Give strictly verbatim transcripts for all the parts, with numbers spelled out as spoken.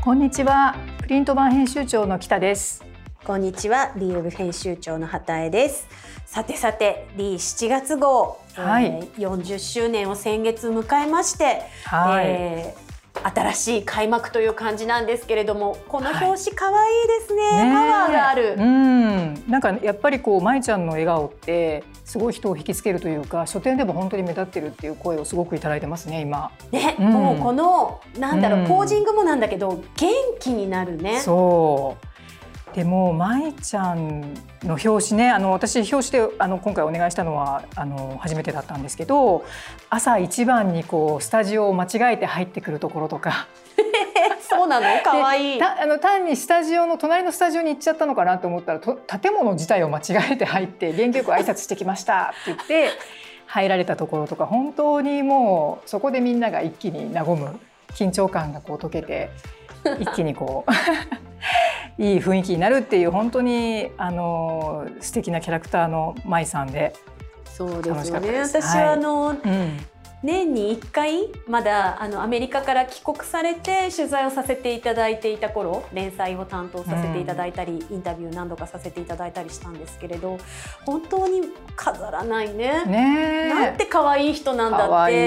こんにちは。プリント版編集長の北です。 こんにちは。リーウェブ編集長の畑江です。さてさて、リーしちがつ号、はい、えー、よんじゅっしゅうねんを先月迎えまして、はい、えー新しい開幕という感じなんですけれども、この表紙可愛いですね。はい、パワーがある。 うん、なんかやっぱりこう舞ちゃんの笑顔ってすごい人を引きつけるというか、書店でも本当に目立ってるっていう声をすごくいただいてますね今。 ね、うん、もうこのなんだろう、うん、ポージングもなんだけど元気になるね。 そう。でも舞ちゃんの表紙ね、あの私表紙であの今回お願いしたのはあの初めてだったんですけど、朝一番にこうスタジオを間違えて入ってくるところとかそうなの、可愛い。 たあの単にスタジオの隣のスタジオに行っちゃったのかなと思ったら、と建物自体を間違えて入って元気よく挨拶してきましたって言って入られたところとか、本当にもうそこでみんなが一気に和む緊張感がこう解けて一気にこういい雰囲気になるっていう、本当にあの素敵なキャラクターの舞さんでそうですよね。私はあの、はい、うん、年にいっかいまだあのアメリカから帰国されて取材をさせていただいていた頃、連載を担当させていただいたり、うん、インタビュー何度かさせていただいたりしたんですけれど、本当に飾らないね。ね、なんて可愛い人なんだって、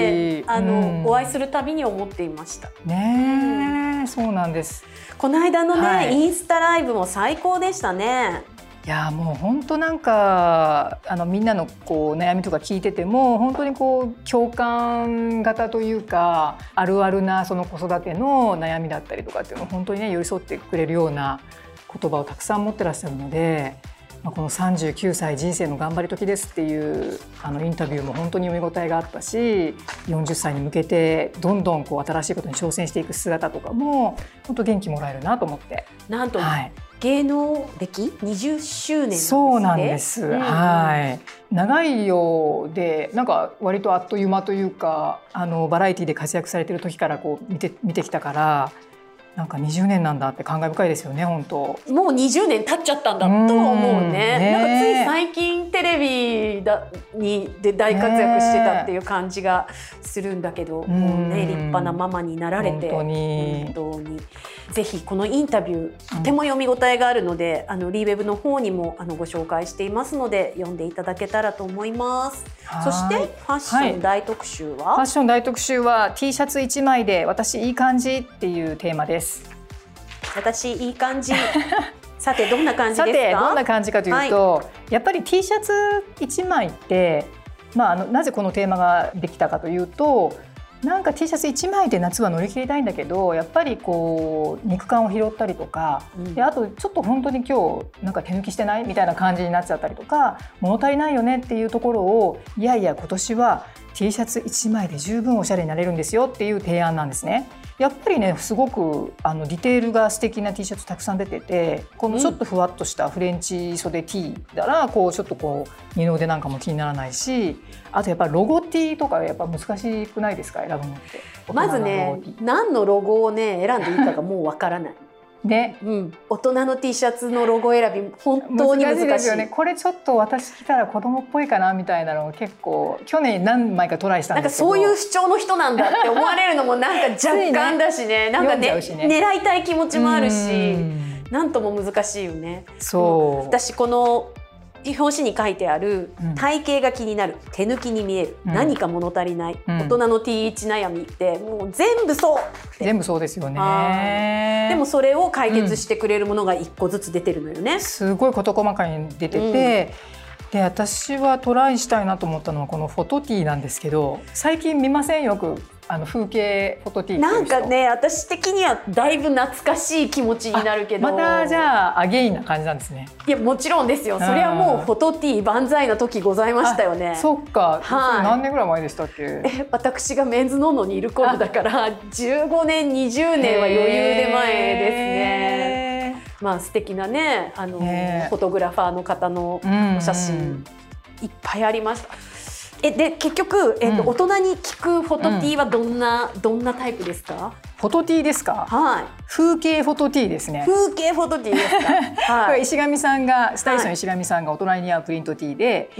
あの、うん、お会いするたびに思っていました。 ね、うん、そうなんです。 この間のね、はい、インスタライブも最高でしたね。 いやもう本当なんかあのみんなのこう悩みとか聞いてても、本当にこう共感型というか、あるあるなその子育ての悩みだったりとかっていうのを本当にね寄り添ってくれるような言葉をたくさん持ってらっしゃるので、まあ、このさんじゅうきゅうさい人生の頑張り時ですっていうあのインタビューも本当に読み応えがあったし、よんじゅっさいに向けてどんどんこう新しいことに挑戦していく姿とかも本当元気もらえるなと思って。 なんと、はい、芸能歴にじゅっしゅうねんなんですね。 そうなんです、うん、はい、長いようでなんか割とあっという間というか、あのバラエティで活躍されてる時からこう見て見てきたから、なんかにじゅうねんなんだって感慨深いですよね。本当もうにじゅうねん経っちゃったんだとは思う ね, ねなんかつい最近テレビだにで大活躍してたっていう感じがするんだけど、もうね立派なママになられて、 本当に本当にぜひこのインタビューとても読み応えがあるので、うん、あのリーウェブの方にもあのご紹介していますので読んでいただけたらと思います。そしてファッション大特集は、はい、 ファッション大特集は T シャツいちまいで私いい感じっていうテーマです。 私いい感じさてどんな感じですか？ さてどんな感じかというと、はい、やっぱり T シャツいちまいって、まあ、あのなぜこのテーマができたかというと、なんか T シャツいちまいで夏は乗り切りたいんだけど、やっぱりこう肉感を拾ったりとか、うん、であとちょっと本当に今日なんか手抜きしてないみたいな感じになっちゃったりとか、物足りないよねっていうところを、いやいや今年は T シャツいちまいで十分おしゃれになれるんですよっていう提案なんですね。やっぱりねすごくあのディテールが素敵な T シャツたくさん出てて、このちょっとふわっとしたフレンチ袖 T だらこうちょっとこう二の腕なんかも気にならないし、あとやっぱロゴ T とかやっぱ難しくないですか、選ぶのって。 まずね何のロゴをね選んでいいかがもうわからないね、 うん、大人の T シャツのロゴ選び本当に難しい。難しいですよね。 これちょっと私着たら子供っぽいかなみたいなのを結構去年何枚かトライしたんですけど、 なんかそういう主張の人なんだって思われるのもなんか若干だしねなんかね、ね狙いたい気持ちもあるし、なんとも難しいよね。 そう、 私この表紙に書いてある、うん、体型が気になる、手抜きに見える、うん、何か物足りない、うん、大人の ティーワン 悩みってもう全部そう全部そうですよね。 でもそれを解決してくれるものがいっこずつ出てるのよね、 うん、すごい事細かに出てて、うん、で私はトライしたいなと思ったのはこのフォトティーなんですけど、最近見ません？よくあの風景フォトティーなんかね、私的にはだいぶ懐かしい気持ちになるけど、 またじゃあアゲインな感じなんですね。 いやもちろんですよ。それはもうフォトティー万歳の時ございましたよね。 そっか、はい、何年ぐらい前でしたっけ？ え私がメンズノンノにいる頃だからじゅうごねんにじゅうねんは余裕で前ですね。まあ素敵なねあのフォトグラファーの方のお写真いっぱいありました。えで結局、えーとうん、大人に聞くフォトティーはどんな、うん、どんなタイプですか？ フォトティーですか？ はい。 風景フォトティーですね。 風景フォトティーですか？はい、 これ石上さんがスタイリストの石上さんが大人に似合うプリントティーで、うん、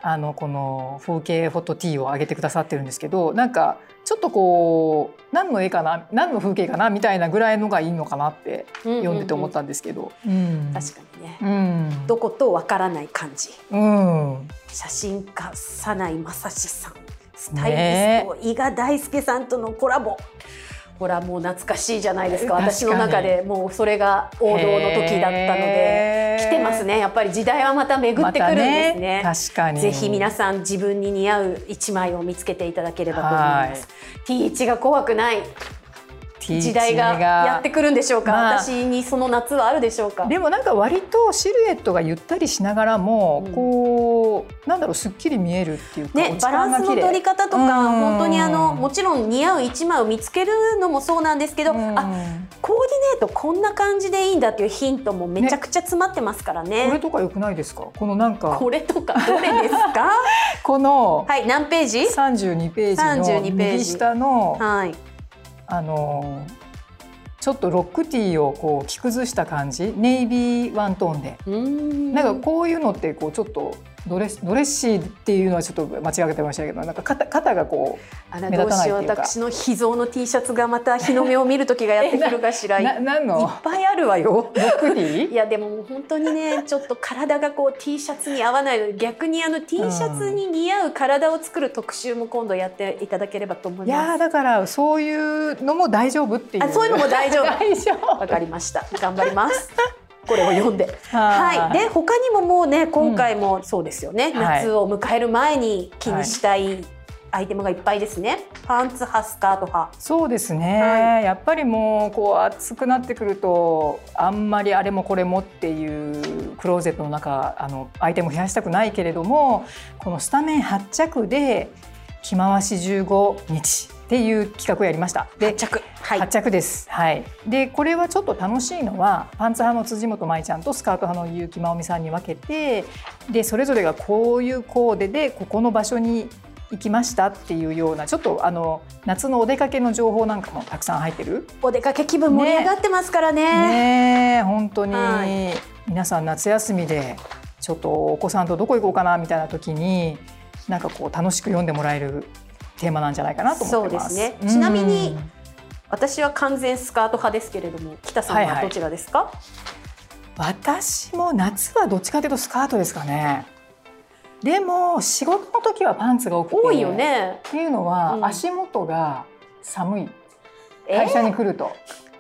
あのこの風景フォトティーを上げてくださってるんですけど、なんかちょっとこう何の絵かな何の風景かなみたいなぐらいのがいいのかなって読んでて思ったんですけど、 うんうんうん、確かにね、 うん、 どことわからない感じ、 うん、 写真家早苗正史さん、スタイリスト、伊賀大輔さんとのコラボ、ほらもう懐かしいじゃないですか。私の中でもうそれが王道の時だったので来てますね。やっぱり時代はまた巡ってくるんですね。 またね、確かに。 ぜひ皆さん自分に似合う一枚を見つけていただければと思います。ティーワン が怖くない時代がやってくるんでしょうか、まあ、私にその夏はあるでしょうか。 でもなんか割とシルエットがゆったりしながらも、うん、こうなんだろう、すっきり見えるっていうか、 ね、バランスの取り方とか、本当にあのもちろん似合う一枚を見つけるのもそうなんですけど、あ、コーディネートこんな感じでいいんだっていうヒントもめちゃくちゃ詰まってますからね。 これとか良くないですか？このなんかこれとかどれですか？ この、 はい、何ページ？ さんじゅうにページの右下の、 はい、あのちょっとロックティーをこう着崩した感じ、ネイビーワントーンで、んなんかこういうのってこうちょっとドレスドレッシーっていうのはちょっと間違えてましたけど、なんか 肩, 肩がこう目立たないっていうか。 私の秘蔵の T シャツがまた日の目を見る時がやってくるかしら。 な何のいっぱいあるわよ。 ロックティー？ いやでも本当にね、ちょっと体がこう T シャツに合わないので、逆にあの T シャツに似合う体を作る特集も今度やっていただければと思います。 いやだからそういうのも大丈夫っていう。 あ、そういうのも大丈夫。 大丈夫。 わかりました。頑張ります。これを読んで、はい、で他にももうね、今回もそうですよね、うん、夏を迎える前に気にしたいアイテムがいっぱいですね。パンツ派、スカート派。 そうですね、はい、やっぱりもうこう暑くなってくるとあんまりあれもこれもっていうクローゼットの中、あのアイテムを増やしたくないけれども、このスタメンはち着で着回しじゅうごにちっていう企画をやりました。で、 はち着、はい、 はち着です。はい。で、これはちょっと楽しいのは、パンツ派の辻本舞ちゃんとスカート派の結城真央美さんに分けて、でそれぞれがこういうコーデでここの場所に行きましたっていうような、ちょっとあの夏のお出かけの情報なんかもたくさん入ってる。 お出かけ気分盛り上がってますからね。 ねえ、本当に、 はい、 皆さん夏休みでちょっとお子さんとどこ行こうかなみたいな時に、なんかこう楽しく読んでもらえるテーマなんじゃないかなと思ってます。 そうですね。ちなみに私は完全スカート派ですけれども、北さんはどちらですか？ はいはい、私も夏はどっちかというとスカートですかね。でも仕事の時はパンツが多くて、 多いよね。 っていうのは、うん、足元が寒い、会社に来ると。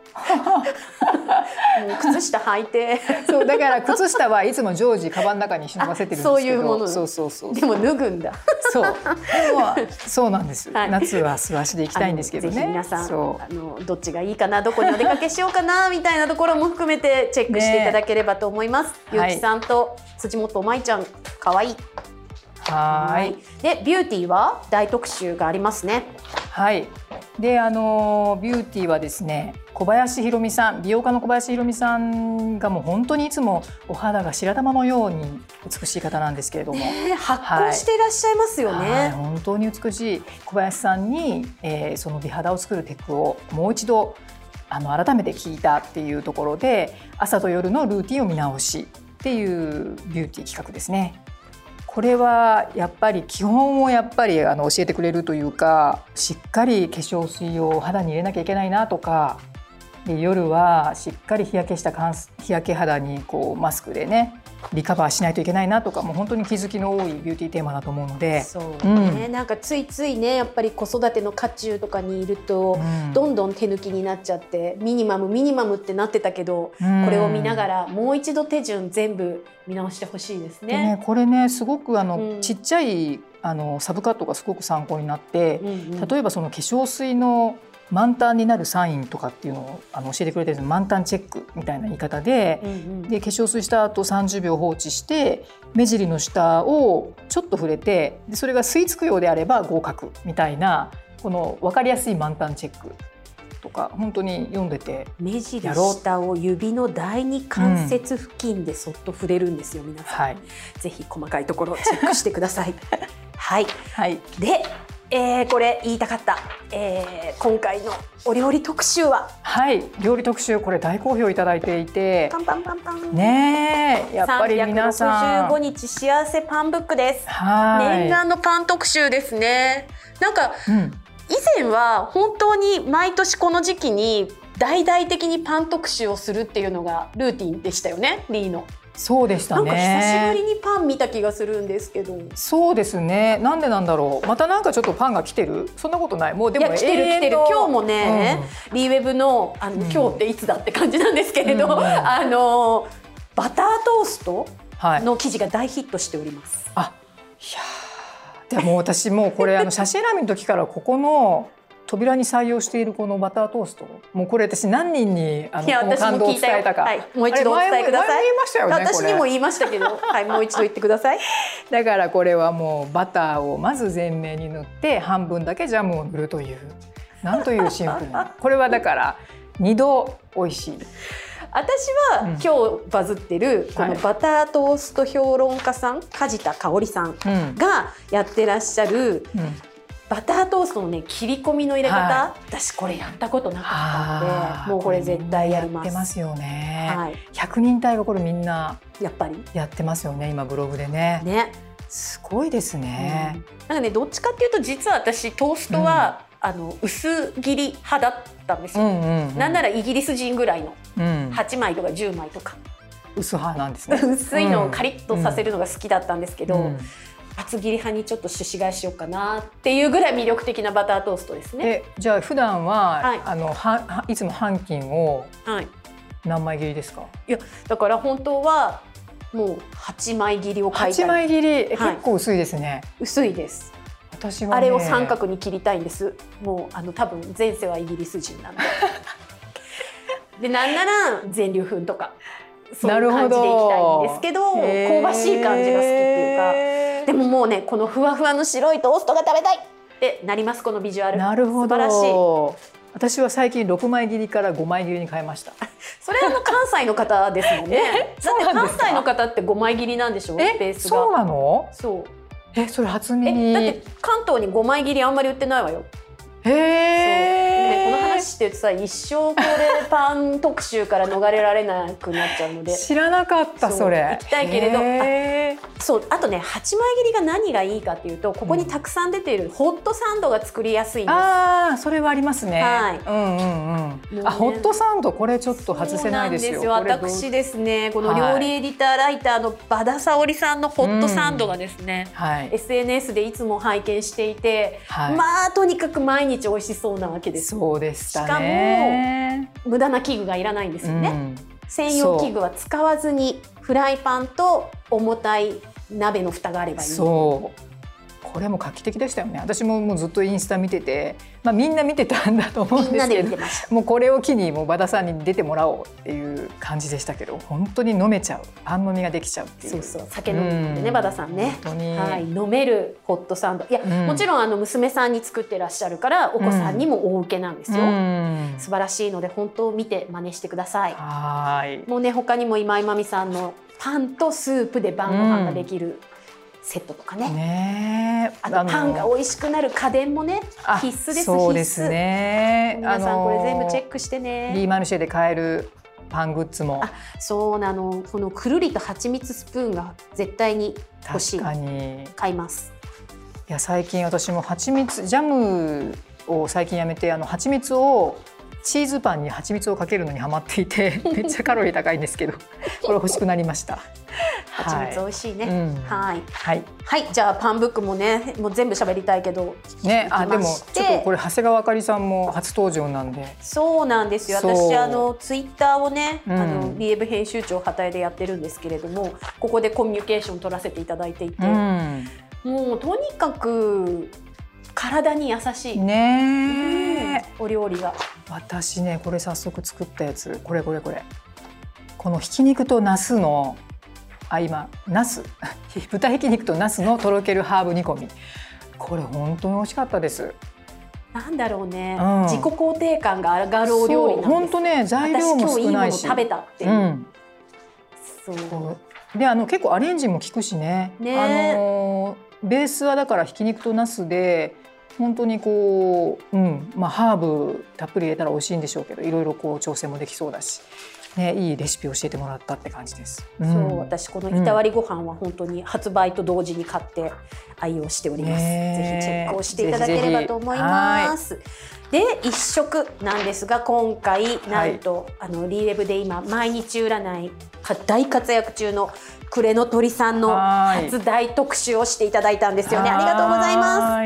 もう靴下履いてそうだから靴下はいつも常時カバンの中に忍ばせてるんですけど、 そういうもの。 そうそうそう。 でも脱ぐんだ。 そう。でもそうなんです。はい、夏は素足で行きたいんですけどね。 ぜひ皆さん、あのどっちがいいかな、どこにお出かけしようかなみたいなところも含めてチェックしていただければと思います。ゆうきさんと辻本舞ちゃん、可愛い。 はい。 でビューティーは大特集がありますね。 はい。であのビューティーはですね、小林ひろみさん、美容家の小林ひろみさんがもう本当にいつもお肌が白玉のように美しい方なんですけれども、 ね、発光していらっしゃいますよね。 はいはい、本当に美しい小林さんに、えー、その美肌を作るテクをもう一度あの改めて聞いたっていうところで、朝と夜のルーティンを見直しっていうビューティー企画ですね。これはやっぱり基本をやっぱりあの教えてくれるというか、しっかり化粧水を肌に入れなきゃいけないなとか、で夜はしっかり日焼けした日焼け肌にこうマスクでねリカバーしないといけないなとか、もう本当に気づきの多いビューティーテーマだと思うので、 そうね、うん、なんかついついね、やっぱり子育ての渦中とかにいると、うん、どんどん手抜きになっちゃってミニマムミニマムってなってたけど、うん、これを見ながらもう一度手順全部見直してほしいですね。 でね、これねすごくあの、うん、ちっちゃいあのサブカットがすごく参考になって、うんうん、例えばその化粧水の満タンになるサインとかっていうのをあの教えてくれてるんです。満タンチェックみたいな言い方で、うんうん、で化粧水した後さんじゅうびょう放置して目尻の下をちょっと触れて、でそれが吸い付くようであれば合格みたいな、この分かりやすい満タンチェックとか本当に読んでて、 目尻下を指の第二関節付近でそっと触れるんですよ、皆さん、はい、ぜひ細かいところチェックしてください。はい、 はい、 でえー、これ言いたかった、えー、今回のお料理特集ははい料理特集これ大好評いただいていてパンパンパンパンねえやっぱり皆さんさんびゃくろくじゅうごにち幸せパンブックです。 はい念願のパン特集ですね。なんか、うん、以前は本当に毎年この時期に大々的にパン特集をするっていうのがルーティンでしたよね、リーの。 そうでしたね。 なんか久しぶりにパン見た気がするんですけど。 そうですね。なんでなんだろう。またなんかちょっとパンが来てる？そんなことない。もうでもいや来てる来てる。今日もね、うん、リーウェブのあの、うん、今日っていつだって感じなんですけれど、うん、あのバタートーストの生地が大ヒットしております。 はい、あ、いやでも私もうこれあの写真選びの時からここの扉に採用しているこのバタートースト、もうこれ私何人にあのこの感動を伝えたか、 はい、もう一度お伝えください。 前も言いましたよね、 私にも言いましたけど、はい、もう一度言ってください。 だからこれはもうバターをまず全面に塗って半分だけジャムを塗るという、なんというシンプルなこれはだから二度美味しい。 私は、うん、今日バズってるこのバタートースト評論家さん、梶田香織さんがやってらっしゃる、うんうんバタートーストのね切り込みの入れ方、はい、私これやったことなかったんでもうこれ絶対やります。 やってますよね、 はい、 ひゃくにん隊がこれみんなやっぱりやってますよね今ブログでね。 ねすごいですね、うん、 なんかねどっちかっていうと実は私トーストは、うん、あの薄切り派だったんですよ、うんうんうん、なんならイギリス人ぐらいの、うん、はちまいとかじゅうまいとか薄派なんですね。 薄いのをカリッとさせるのが好きだったんですけど、うんうん厚切り派にちょっと種子替えしようかなっていうぐらい魅力的なバタートーストですね。 えじゃあ普段は、はい、あのはいつも半斤を何枚切りですか？ いやだから本当はもうはちまい切りを買いたい。 はちまい切り、はい、結構薄いですね。 薄いです。 私は、ね、 あれを三角に切りたいんです。もうあの多分前世はイギリス人なんで。でなんなら全粒粉とかそういう感じでいきたいんですけど、香ばしい感じが好きっていうか。でももうねこのふわふわの白いトーストが食べたいってなりますこのビジュアル。 なるほど。 素晴らしい。 私は最近ろくまい切りからごまい切りに変えました。 それは関西の方ですもんね。だって関西の方ってごまい切りなんでしょう？ベースが。 そうなの？ そう。 えそれ初耳。 だって関東にごまい切りあんまり売ってないわよ。 へえ。 この話してるとさ一生これパン特集から逃れられなくなっちゃうので知らなかったそれ。 行きたいけれどあそうあとねはちまい切りが何がいいかっていうとここにたくさん出ているホットサンドが作りやすいんです。 ああそれはありますね。 はい。 うんうんうん。あホットサンドこれちょっと外せないですよ。 そうなんですよ。私ですねこの料理エディターライターの和田沙織さんのホットサンドがですね、うんはい、エスエヌエス でいつも拝見していて、はい、まあとにかく毎日美味しそうなわけです。 そうでしたね。 しかも無駄な器具がいらないんですよね、うん、専用器具は使わずにフライパンと重たい鍋の蓋があればいい。 そうこれも画期的でしたよね。私ももうずっとインスタ見てて、まあ、みんな見てたんだと思うんですけどもうこれを機にもう和田さんに出てもらおうっていう感じでしたけど本当に飲めちゃうパン飲みができちゃうっていう。 そうそう酒飲んでね、うん、和田さんね本当に、はい、飲めるホットサンドいや、うん、もちろんあの娘さんに作ってらっしゃるからお子さんにも大受けなんですよ、うん、素晴らしいので本当見て真似してください。 はいもうね他にも今井真美さんのパンとスープで晩ご飯ができる、うんセットとかね。 ねあとパンが美味しくなる家電もね必須です。 そうですね。 皆さんこれ全部チェックしてね。 リーマルシェで買えるパングッズも。 あそうなのこのくるりと蜂蜜スプーンが絶対に欲しい。 確かに買います。 いや最近私も蜂蜜ジャムを最近やめてあの蜂蜜をチーズパンに蜂蜜をかけるのにハマっていてめっちゃカロリー高いんですけどこれ欲しくなりました。 蜂蜜美味しいね。 はい、うん、 はい、 はい、 はい、じゃあパンブックもね、もう全部喋りたいけど。 ね、あ、でも、ちょっとこれ長谷川あかりさんも初登場なんで。 そうなんですよ。私あのツイッターをね、うん、あのリエブ編集長旗でやってるんですけれども、ここでコミュニケーション取らせていただいていて、うん、もうとにかく体に優しい。ね、うん、お料理が。 私ね、これ早速作ったやつ、これこれこれ。このひき肉とナスの。あ今ナス豚ひき肉とナスのとろけるハーブ煮込みこれ本当に美味しかったです。 なんだろうね、うん、自己肯定感が上がるお料理なんです。 本当ね材料も少ないし私今日いいもの食べたっていう、うん、 そうであの結構アレンジも効くしね。ねあのベースはだからひき肉とナスで本当にこう、うんまあ、ハーブたっぷり入れたら美味しいんでしょうけど、いろいろこう調整もできそうだし、ね、いいレシピを教えてもらったって感じです。うん、 そう私このいたわりご飯は本当に発売と同時に買って愛用しております。ぜひチェックをしていただければと思います。で一食なんですが、今回なんと、はい、あのリーウェブで今毎日占い大活躍中のクレノトリさんの初大特集をしていただいたんですよね。ありがとうございます。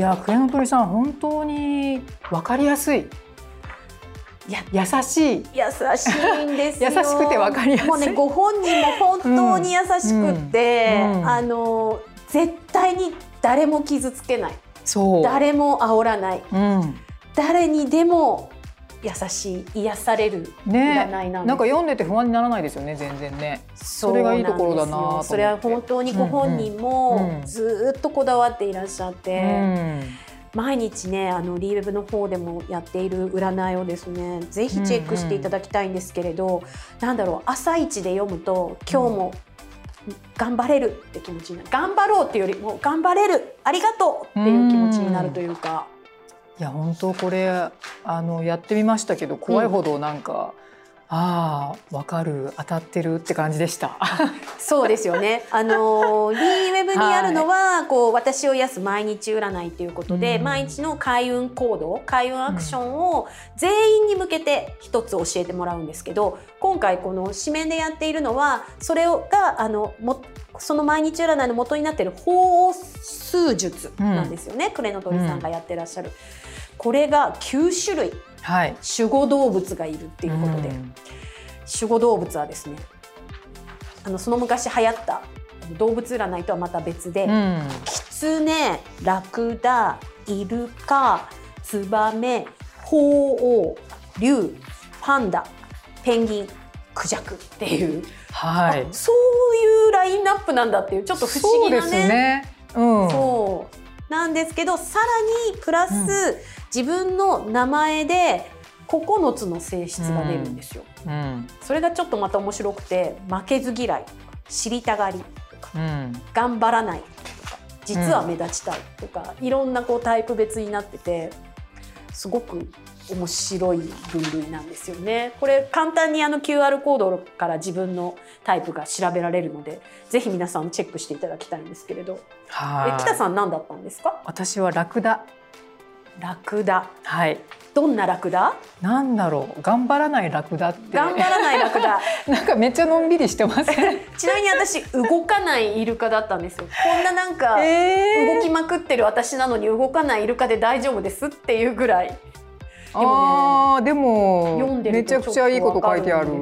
いやクレノトリさん本当に分かりやすい。いや優しい優しいんですよ。 優しくて分かりやすい。 もうねご本人も本当に優しくて、うんうん、あの絶対に誰も傷つけない。そう誰も煽らない、うん、誰にでも優しい癒される占いなんです、ね、 なんか読んでて不安にならないですよね全然ね。それがいいところだなと思って。 それは本当にご本人もずっとこだわっていらっしゃって、うんうん、毎日ねあのリーウェブの方でもやっている占いをですねぜひチェックしていただきたいんですけれど、うんうん、なんだろう朝一で読むと今日も、うん頑張れるって気持ちになる。頑張ろうっていうよりも頑張れるありがとうっていう気持ちになるというか。 いや本当これあのやってみましたけど怖いほどなんか、うん、ああ分かる当たってるって感じでした。 そうですよね。あのリーウェブにあるのは、はい、こう私を癒す毎日占いということで、うん、毎日の開運行動開運アクションを全員に向けて一つ教えてもらうんですけど、今回この紙面でやっているのはそれがあのもその毎日占いの元になっている鳳凰数術なんですよね、うん、クレノトリさんがやってらっしゃる、うん、これがきゅうしゅるい、はい、守護動物がいるっていうことで、うん、守護動物はですねあのその昔流行った動物占いとはまた別で、うん、キツネ、ラクダ、イルカ、ツバメ、鳳凰、竜、パンダ、ペンギン、クジャクっていう、はい、そういうラインナップなんだっていうちょっと不思議なね。そうですね、うん、そうなんですけど、さらにプラス、うん、自分の名前でここのつの性質が出るんですよ、うんうん、それがちょっとまた面白くて、負けず嫌い、知りたがりとか、うん、頑張らないとか、実は目立ちたいとか、うん、いろんなこうタイプ別になっててすごく面白い分類なんですよね。これ簡単にあの キューアール コードから自分のタイプが調べられるので、ぜひ皆さんチェックしていただきたいんですけれど。はい。北さん何だったんですか？ 私はラクダ。 ラクダ。 はい。 どんなラクダ？ なんだろう。頑張らないラクダって。 頑張らないラクダ。 なんかめっちゃのんびりしてます。 ちなみに私動かないイルカだったんですよ。こんななんか動きまくってる私なのに動かないイルカで大丈夫ですっていうぐらい。 でもね、あでもめちゃくちゃいいこと書いてある。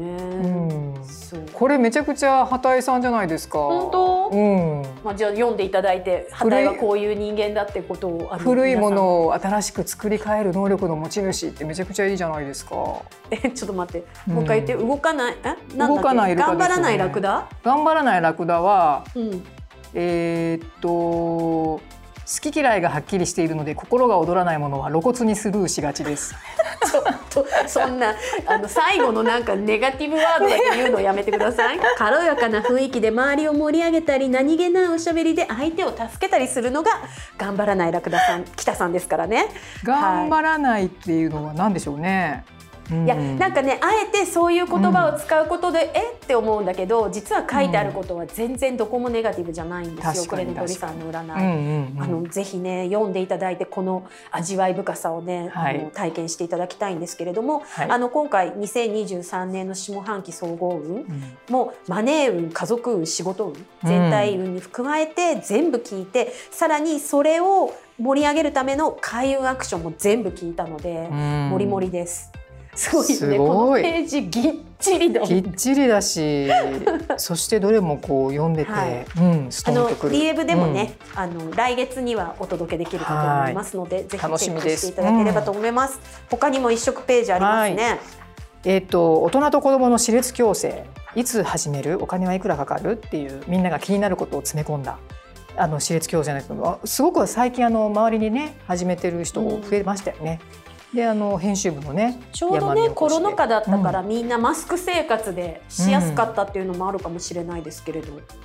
これめちゃくちゃ畑井さんじゃないですか。 本当？うん。まあじゃあ読んでいただいて、畑井はこういう人間だってことをあの古いものを新しく作り変える能力の持ち主ってめちゃくちゃいいじゃないですか。 えちょっと待って、もう一回言って。動かない、えなんだっけ？動かないイルカですよね。頑張らないラクダ？ 頑張らないラクダは、うん、えー、っと。好き嫌いがはっきりしているので心が躍らないものは露骨にスルーしがちです。 ちょっとそんなあの最後のなんかネガティブワードだけ言うのやめてください。軽やかな雰囲気で周りを盛り上げたり、何気ないおしゃべりで相手を助けたりするのが頑張らないラクダさん、北さんですからね。 頑張らないっていうのは何でしょうね。 いやなんかね、あえてそういう言葉を使うことで、うん、えって思うんだけど、実は書いてあることは全然どこもネガティブじゃないんですよ、クレノトリさんの占い、うんうんうん、あのぜひね読んでいただいて、この味わい深さをね、はい、あの体験していただきたいんですけれども、はい、あの今回にせんにじゅうさんねんの下半期総合運、うん、もうマネー運、家族運、仕事運、全体運に加えて全部聞いて、さらにそれを盛り上げるための開運アクションも全部聞いたので、もりもりです。すごいですね。このページぎっちりだぎっちりだしそしてどれもこう読んでて、はい、うん、ストンとくる。 リーウェブでもね、うん、あの来月にはお届けできるかと思いますので、ぜひチェックしていただければと思います、うん、他にも一色ページありますね、はい、 えー、と大人と子どもの歯列矯正、いつ始める、お金はいくらかかるっていう、みんなが気になることを詰め込んだあの歯列矯正なんですけど、すごく最近あの周りにね始めてる人増えましたよね、うん、であの編集部のね、 ちょうどねコロナ禍だったから、うん、みんなマスク生活でしやすかったっていうのもあるかもしれないですけれど、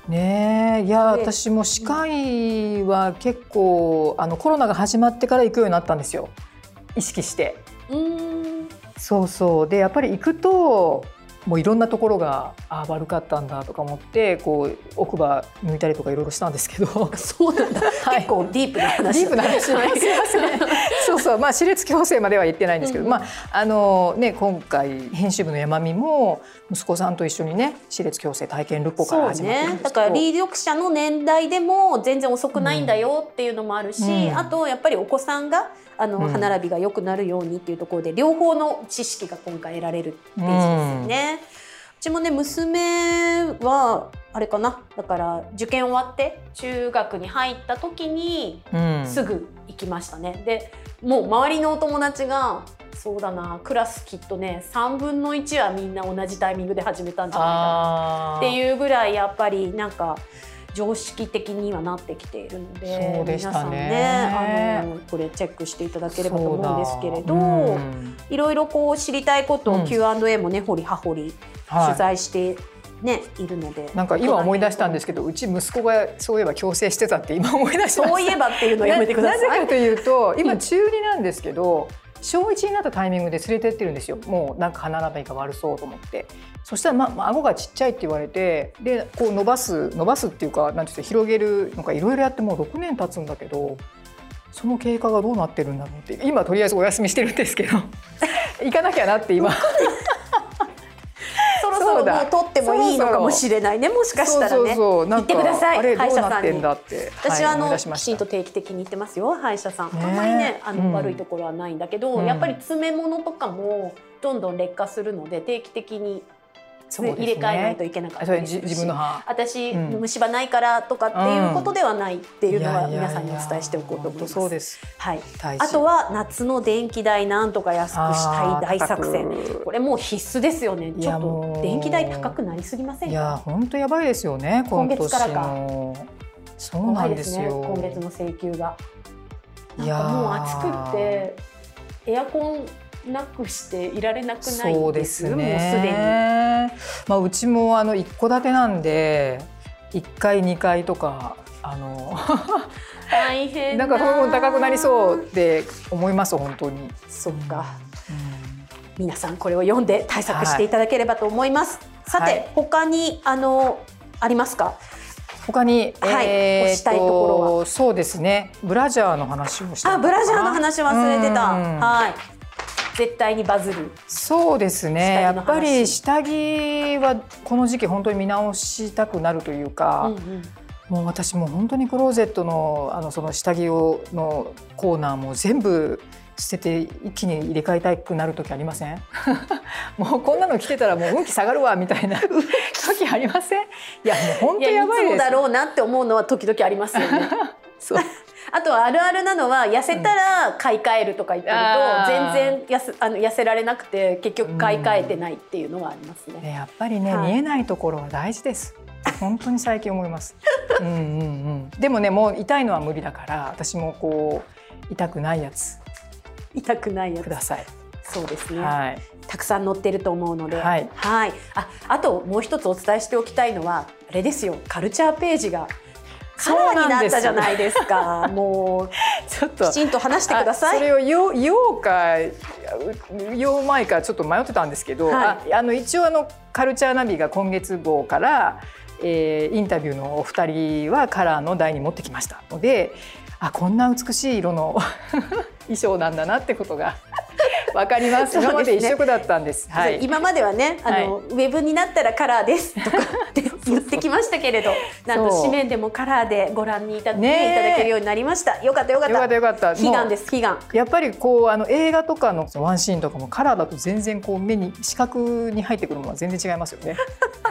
ねえ、いや私も歯科医は結構あのコロナが始まってから行くようになったんですよ、意識して。 うーん、 そうそうでやっぱり行くともういろんなところがあ悪かったんだとか思ってこう奥歯抜いたりとかいろいろしたんですけどそうなんだ、はい、結構ディープな話。 ディープな話、はい、すいませんそうそう、まあ歯列矯正までは言ってないんですけど、うん、まああのね今回編集部の山美も息子さんと一緒にね歯列矯正体験ルポから始まってるんですけど、 そうね、だから離読者の年代でも全然遅くないんだよっていうのもあるし、うん、あとやっぱりお子さんがあの、うん、歯並びが良くなるようにっていうところで両方の知識が今回得られるページですよね。うんうちもね娘はあれかな、だから受験終わって中学に入った時にすぐ行きましたね、うん、でもう周りのお友達がそうだなクラスきっとねさんぶんのいちはみんな同じタイミングで始めたんじゃないかなっていうぐらいやっぱりなんか常識的にはなってきているの で, そうでしたね、 皆さんねあのこれチェックしていただければと思うんですけれど、うん、いろいろこう知りたいことを キューアンドエー もね掘り葉掘り取材してね、はい、いるので、 なんか今思い出したんですけどうち息子がそういえば矯正してたって今思い出しました。 そういえばっていうのをやめてください。 な, なぜかというと今中になんですけどしょういちになったタイミングで連れてってるんですよ。もうなんか歯並びが悪そうと思って、そしたら、ま、顎がちっちゃいって言われてでこう伸ばす伸ばすっていうかなんていうか広げるのかいろいろやってもうろくねん経つんだけどその経過がどうなってるんだろうって今とりあえずお休みしてるんですけど行かなきゃなって今そろそろもう取ってもいいのかもしれないね、もしかしたらね。行ってください、歯医者さんに。私はあのきちんと定期的に行ってますよ、歯医者さん。あんまりねあの悪いところはないんだけど、やっぱり詰め物とかもどんどん劣化するので定期的に入れ替えないといけなかったりするし、自分の歯私、うん、虫歯ないからとかっていうことではないっていうのは皆さんにお伝えしておこうと思います。 そうです。 はい。あとは夏の電気代なんとか安くしたい大作戦、これもう必須ですよね。ちょっと電気代高くなりすぎませんか？ いや本当やばいですよね。 今月からか。 そうなんですよ。 今月の請求がなんかもう暑くってエアコンなくしていられなくないです。 そうですね、 もうすでに、 まあ、うちもあの一戸建てなんでいっかいにかいとかあの大変だなんかそれも高くなりそうって思います本当に。 そっか、うん、皆さんこれを読んで対策していただければと思います、はい、さて、はい、他にあのありますか？ 他に、 はい、えー、推したいところはそうですねブラジャーの話をしたあブラジャーの話忘れてた。はい、絶対にバズる。 そうですねやっぱり下着はこの時期本当に見直したくなるというか、うんうん、もう私も本当にクローゼットのあのその下着をのコーナーも全部捨てて一気に入れ替えたくなる時ありません？もうこんなの着てたらもう運気下がるわみたいな時ありません？いやもう本当やばいです。いやいつもだろうなって思うのは時々ありますよね。そうあとはあるあるなのは痩せたら買い替えるとか言ってると、うん、全然やすあの痩せられなくて結局買い替えてないっていうのはありますね。 うん、やっぱりね、はい、見えないところは大事です。本当に最近思います。うんうんうん。でもねもう痛いのは無理だから私もこう痛くないやつ痛くないやつください。 そうですね、 はい、 たくさん載ってると思うので、 はい、 はい、あ, あともう一つお伝えしておきたいのはあれですよ、カルチャーページがカラーになったじゃないですか。もうちょっときちんと話してください。 それを言おう、言おうか言おうまいかちょっと迷ってたんですけど、はい、ああの一応あのカルチャーナビが今月号から、えー、インタビューのお二人はカラーの台に持ってきましたので、あこんな美しい色の衣装なんだなってことがわかります。今まで一色だったんです。 はい、今まではねあの、はい、ウェブになったらカラーですとかって言ってきましたけれど、なんと紙面でもカラーでご覧にいた、ね、いただけるようになりました。よかったよかった。 よかったよかった。 悲願です悲願。 やっぱりこうあの映画とかのワンシーンとかもカラーだと全然こう目に視覚に入ってくるものは全然違いますよね。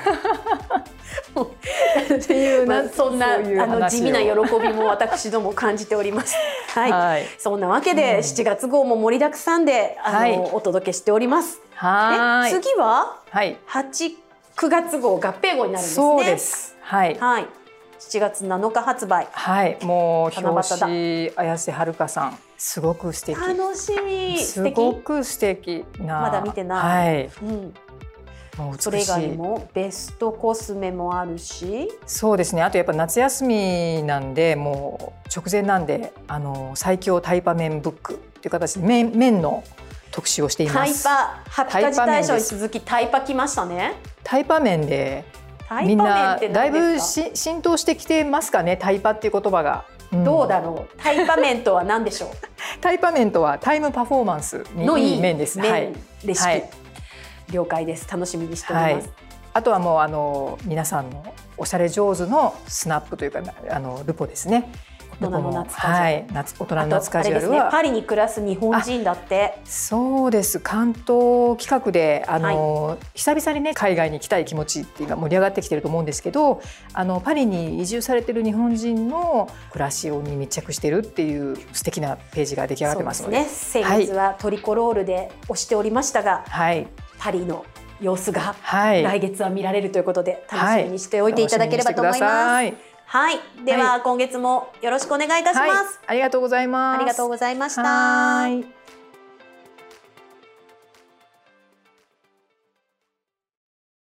っていうな、まあ、そんなあの地味な喜びも私ども感じております。はい、はい、そんなわけで、うん、しちがつ号も盛りだくさんであの、はい、お届けしております。 はい。 次は、 はい、 はち、くがつ号合併号になるんですね。 そうです。はい。 はい。しちがつなのか発売。 はい。もう表紙綾瀬はるかさんすごく素敵。 楽しみ。 すごく素敵な。 まだ見てない。 はい。 うん。 もう美しい。 それ以外にもベストコスメもあるし、 そうですね。あとやっぱ夏休みなんで、もう直前なんで、あの最強タイパ麺ブックっていう形で麺麺の特集をしています。 タイパハピカジ大賞に続きタイパ来ましたね。 タイパ麺でみんなだいぶし浸透してきてますかね。タイパっていう言葉が、 うん、どうだろう。タイパ麺とは何でしょう。 タイパ麺とはタイムパフォーマンスにいい麺です。 麺レシピ、はい、了解です。楽しみにしております。はい、 あとはもうあの皆さんのおしゃれ上手のスナップというか、あのルポですね。 大人の夏カジュアル、 はい、夏大人の夏カジュアルは、 ね、パリに暮らす日本人だって。 そうです。関東企画であの、はい、久々にね海外に行きたい気持ちっていうのが盛り上がってきてると思うんですけど、あのパリに移住されてる日本人の暮らしに密着してるっていう素敵なページが出来上がってますので、 そうですね。先月はトリコロールで推しておりましたが、はい、パリの様子が来月は見られるということで、楽しみにしておいていただければと思います。はい、では、はい、今月もよろしくお願いいたします。はい、 ありがとうございます。 ありがとうございました。